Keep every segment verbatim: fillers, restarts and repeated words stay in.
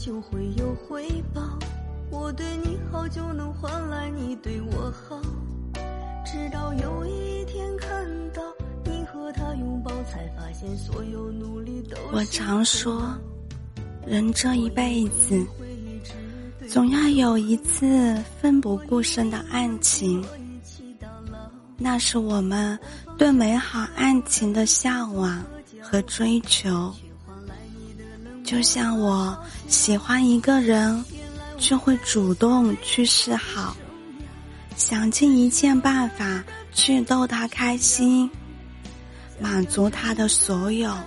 就会有回报，我对你好就能换来你对我好，直到有一天看到你和他拥抱，才发现所有努力都是我常说，人这一辈子总要有一次奋不顾身的爱情，那是我们对美好爱情的向往和追求。就像我喜欢一个人，就会主动去示好，想尽一切办法去逗他开心，满足他的所有。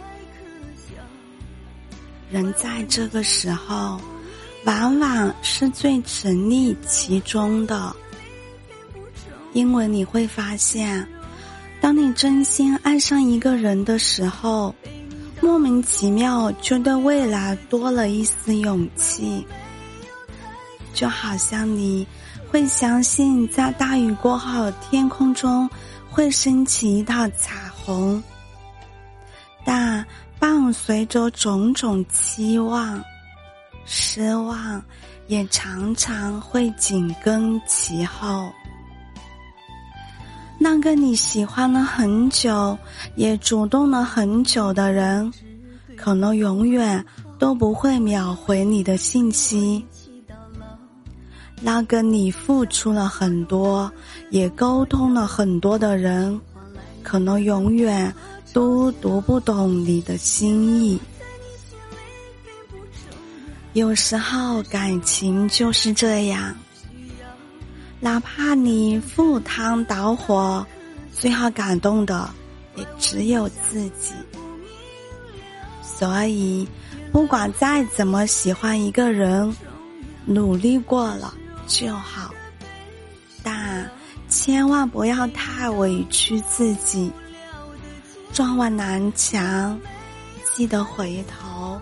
人在这个时候往往是最沉溺其中的，因为你会发现，当你真心爱上一个人的时候，莫名其妙就对未来多了一丝勇气，就好像你会相信在大雨过后天空中会升起一道彩虹，但伴随着种种期望，失望也常常会紧跟其后。那个你喜欢了很久也主动了很久的人，可能永远都不会秒回你的信息。那个你付出了很多也沟通了很多的人，可能永远都读不懂你的心意。有时候感情就是这样，哪怕你赴汤蹈火，最后感动的也只有自己。所以不管再怎么喜欢一个人，努力过了就好，但千万不要太委屈自己。撞完南墙记得回头。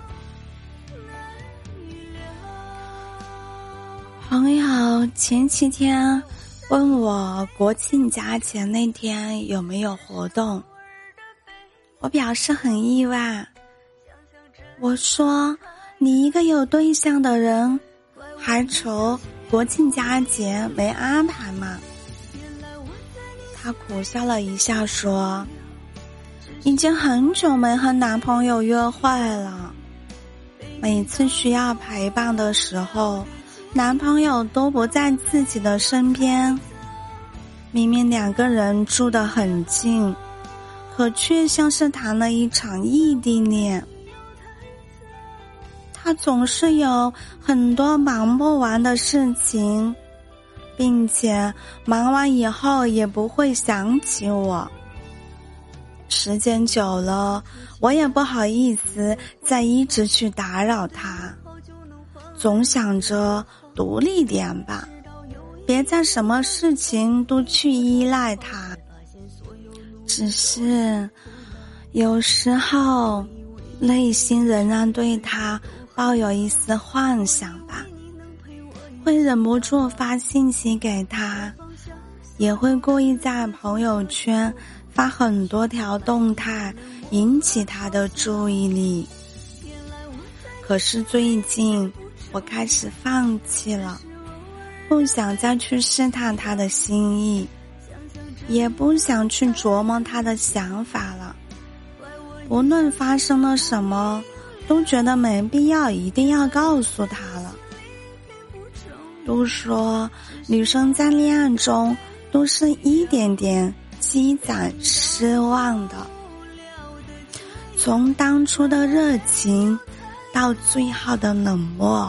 朋友前几天问我国庆假期那天有没有活动，我表示很意外。我说，你一个有对象的人，还愁国庆佳节没安排吗？他苦笑了一下说，已经很久没和男朋友约会了，每次需要陪伴的时候，男朋友都不在自己的身边，明明两个人住得很近，可却像是谈了一场异地恋。他总是有很多忙不完的事情，并且忙完以后也不会想起我。时间久了，我也不好意思再一直去打扰他，总想着独立点吧，别在什么事情都去依赖他。只是有时候内心仍然对他抱有一丝幻想吧，会忍不住发信息给他，也会故意在朋友圈发很多条动态引起他的注意力。可是最近我开始放弃了，不想再去试探他的心意，也不想去琢磨他的想法了。无论发生了什么，都觉得没必要一定要告诉他了。都说女生在恋爱中都是一点点积攒失望的，从当初的热情到最后的冷漠，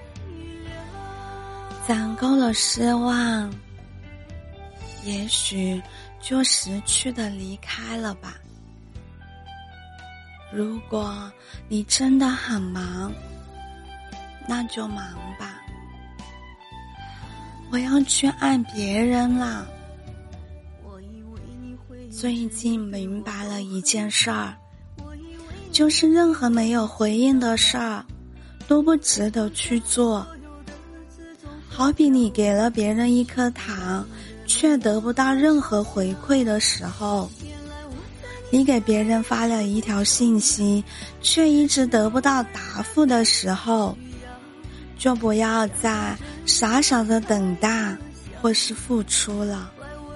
攒够了失望，也许就识趣的离开了吧。如果你真的很忙，那就忙吧。我要去爱别人了。最近明白了一件事儿，就是任何没有回应的事儿都不值得去做。好比你给了别人一颗糖，却得不到任何回馈的时候，你给别人发了一条信息，却一直得不到答复的时候， 就不要再傻傻的等待或是付出了。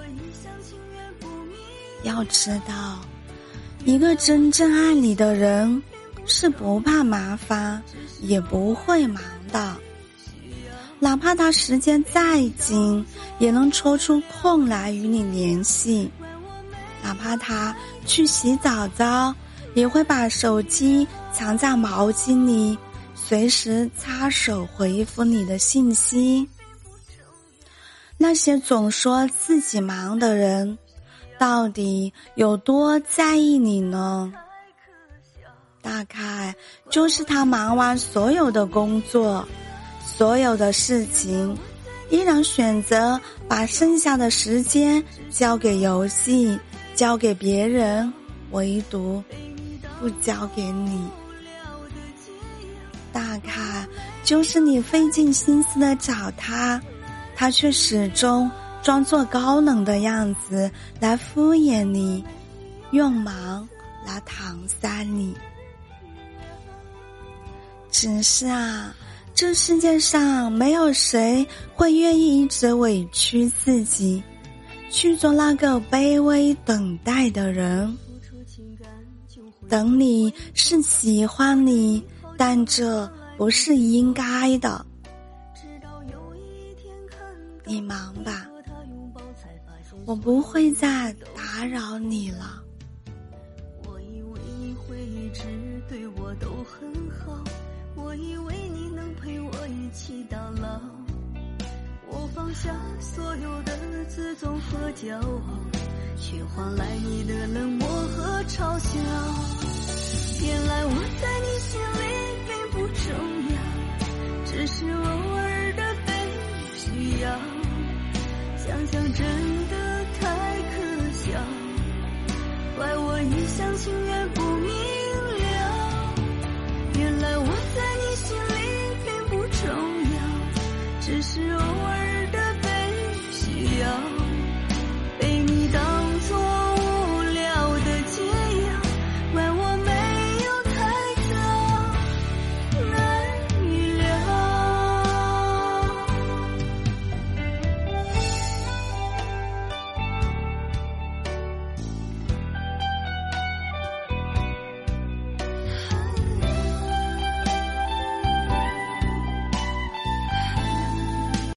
要知道，一个真正爱你的人是不怕麻烦也不会忙的，哪怕他时间再紧也能抽出空来与你联系，哪怕他去洗澡澡也会把手机藏在毛巾里，随时擦手回复你的信息。那些总说自己忙的人，到底有多在意你呢？大概就是他忙完所有的工作，所有的事情，依然选择把剩下的时间交给游戏，交给别人，唯独不交给你。大概就是你费尽心思的找他，他却始终装作高冷的样子来敷衍你，用忙来搪塞你。只是啊，这世界上没有谁会愿意一直委屈自己，去做那个卑微等待的人。等你是喜欢你，但这不是应该的。你忙吧，我不会再打扰你了。 我以为你会一直对我都很好，我以为你能陪我一起到老，我放下所有的自尊和骄傲，却换来你的冷漠和嘲笑。原来我在你心里并不重要，只是偶尔的被需要，想想真的太可笑，怪我一厢情愿不明了。原来我在你心里并不重要，只是偶尔